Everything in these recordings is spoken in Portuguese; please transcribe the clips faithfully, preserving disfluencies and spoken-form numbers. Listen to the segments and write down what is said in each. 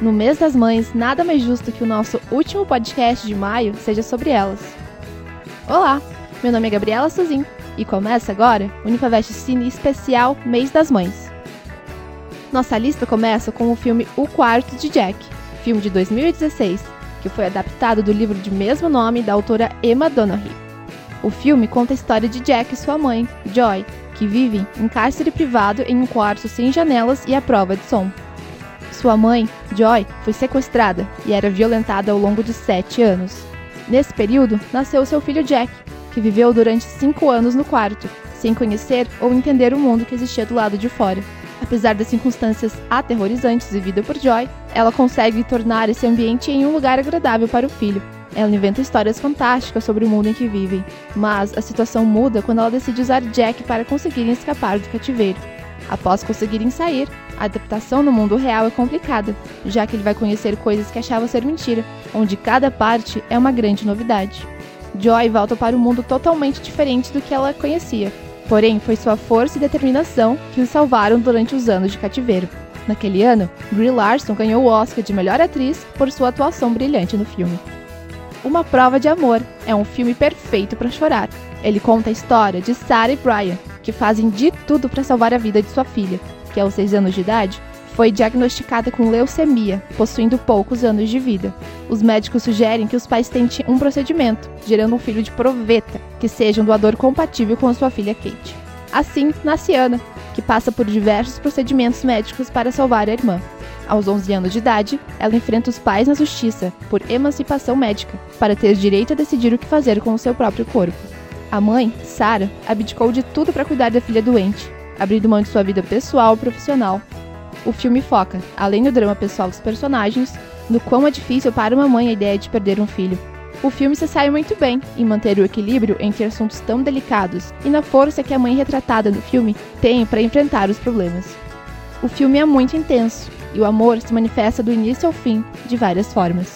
No mês das mães, nada mais justo que o nosso último podcast de maio seja sobre elas. Olá, meu nome é Gabriela Suzin e começa agora o Unifavest Cine Especial Mês das Mães. Nossa lista começa com o filme O Quarto de Jack, filme de dois mil e dezesseis, que foi adaptado do livro de mesmo nome da autora Emma Donoghue. O filme conta a história de Jack e sua mãe, Joy, que vivem em cárcere privado em um quarto sem janelas e à prova de som. Sua mãe, Joy, foi sequestrada e era violentada ao longo de sete anos. Nesse período, nasceu seu filho Jack, que viveu durante cinco anos no quarto, sem conhecer ou entender o mundo que existia do lado de fora. Apesar das circunstâncias aterrorizantes vividas por Joy, ela consegue tornar esse ambiente em um lugar agradável para o filho. Ela inventa histórias fantásticas sobre o mundo em que vivem, mas a situação muda quando ela decide usar Jack para conseguirem escapar do cativeiro. Após conseguirem sair, a adaptação no mundo real é complicada, já que ele vai conhecer coisas que achava ser mentira, onde cada parte é uma grande novidade. Joy volta para um mundo totalmente diferente do que ela conhecia, porém foi sua força e determinação que o salvaram durante os anos de cativeiro. Naquele ano, Brie Larson ganhou o Oscar de melhor atriz por sua atuação brilhante no filme. Uma Prova de Amor é um filme perfeito para chorar. Ele conta a história de Sarah e Brian, que fazem de tudo para salvar a vida de sua filha, que aos seis anos de idade, foi diagnosticada com leucemia, possuindo poucos anos de vida. Os médicos sugerem que os pais tentem um procedimento, gerando um filho de proveta, que seja um doador compatível com a sua filha Kate. Assim, nasce Anna, que passa por diversos procedimentos médicos para salvar a irmã. Aos onze anos de idade, ela enfrenta os pais na justiça por emancipação médica, para ter direito a decidir o que fazer com o seu próprio corpo. A mãe, Sarah, abdicou de tudo para cuidar da filha doente, abrindo mão de sua vida pessoal e profissional. O filme foca, além do drama pessoal dos personagens, no quão é difícil para uma mãe a ideia de perder um filho. O filme se sai muito bem em manter o equilíbrio entre assuntos tão delicados e na força que a mãe retratada no filme tem para enfrentar os problemas. O filme é muito intenso e o amor se manifesta do início ao fim, de várias formas.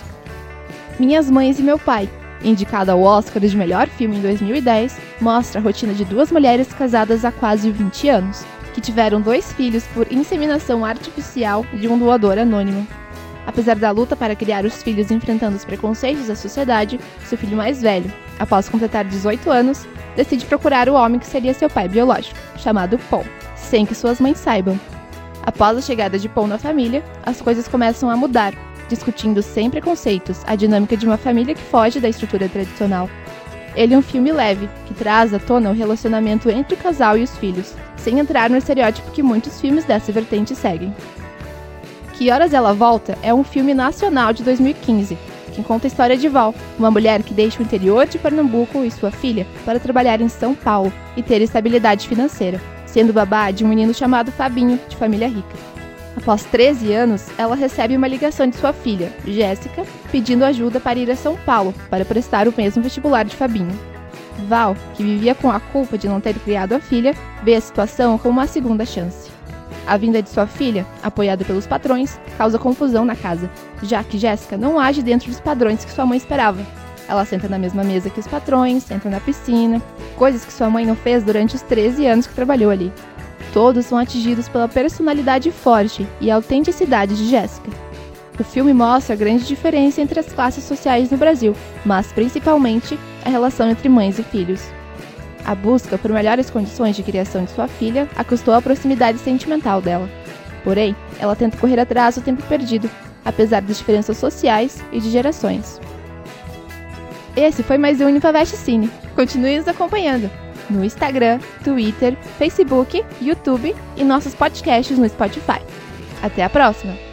Minhas Mães e Meu Pai, indicado ao Oscar de melhor filme em dois mil e dez, mostra a rotina de duas mulheres casadas há quase vinte anos, que tiveram dois filhos por inseminação artificial de um doador anônimo. Apesar da luta para criar os filhos enfrentando os preconceitos da sociedade, seu filho mais velho, após completar dezoito anos, decide procurar o homem que seria seu pai biológico, chamado Paul, sem que suas mães saibam. Após a chegada de Paul na família, as coisas começam a mudar, discutindo sem preconceitos a dinâmica de uma família que foge da estrutura tradicional. Ele é um filme leve, que traz à tona o relacionamento entre o casal e os filhos, sem entrar no estereótipo que muitos filmes dessa vertente seguem. Que Horas Ela Volta é um filme nacional de dois mil e quinze, que conta a história de Val, uma mulher que deixa o interior de Pernambuco e sua filha para trabalhar em São Paulo e ter estabilidade financeira, sendo babá de um menino chamado Fabinho, de família rica. Após treze anos, ela recebe uma ligação de sua filha, Jéssica, pedindo ajuda para ir a São Paulo para prestar o mesmo vestibular de Fabinho. Val, que vivia com a culpa de não ter criado a filha, vê a situação como uma segunda chance. A vinda de sua filha, apoiada pelos patrões, causa confusão na casa, já que Jéssica não age dentro dos padrões que sua mãe esperava. Ela senta na mesma mesa que os patrões, entra na piscina, coisas que sua mãe não fez durante os treze anos que trabalhou ali. Todos são atingidos pela personalidade forte e autenticidade de Jéssica. O filme mostra a grande diferença entre as classes sociais no Brasil, mas principalmente a relação entre mães e filhos. A busca por melhores condições de criação de sua filha a custou a proximidade sentimental dela. Porém, ela tenta correr atrás do tempo perdido, apesar das diferenças sociais e de gerações. Esse foi mais um Unifavest Cine. Continue nos acompanhando no Instagram, Twitter, Facebook, YouTube e nossos podcasts no Spotify. Até a próxima!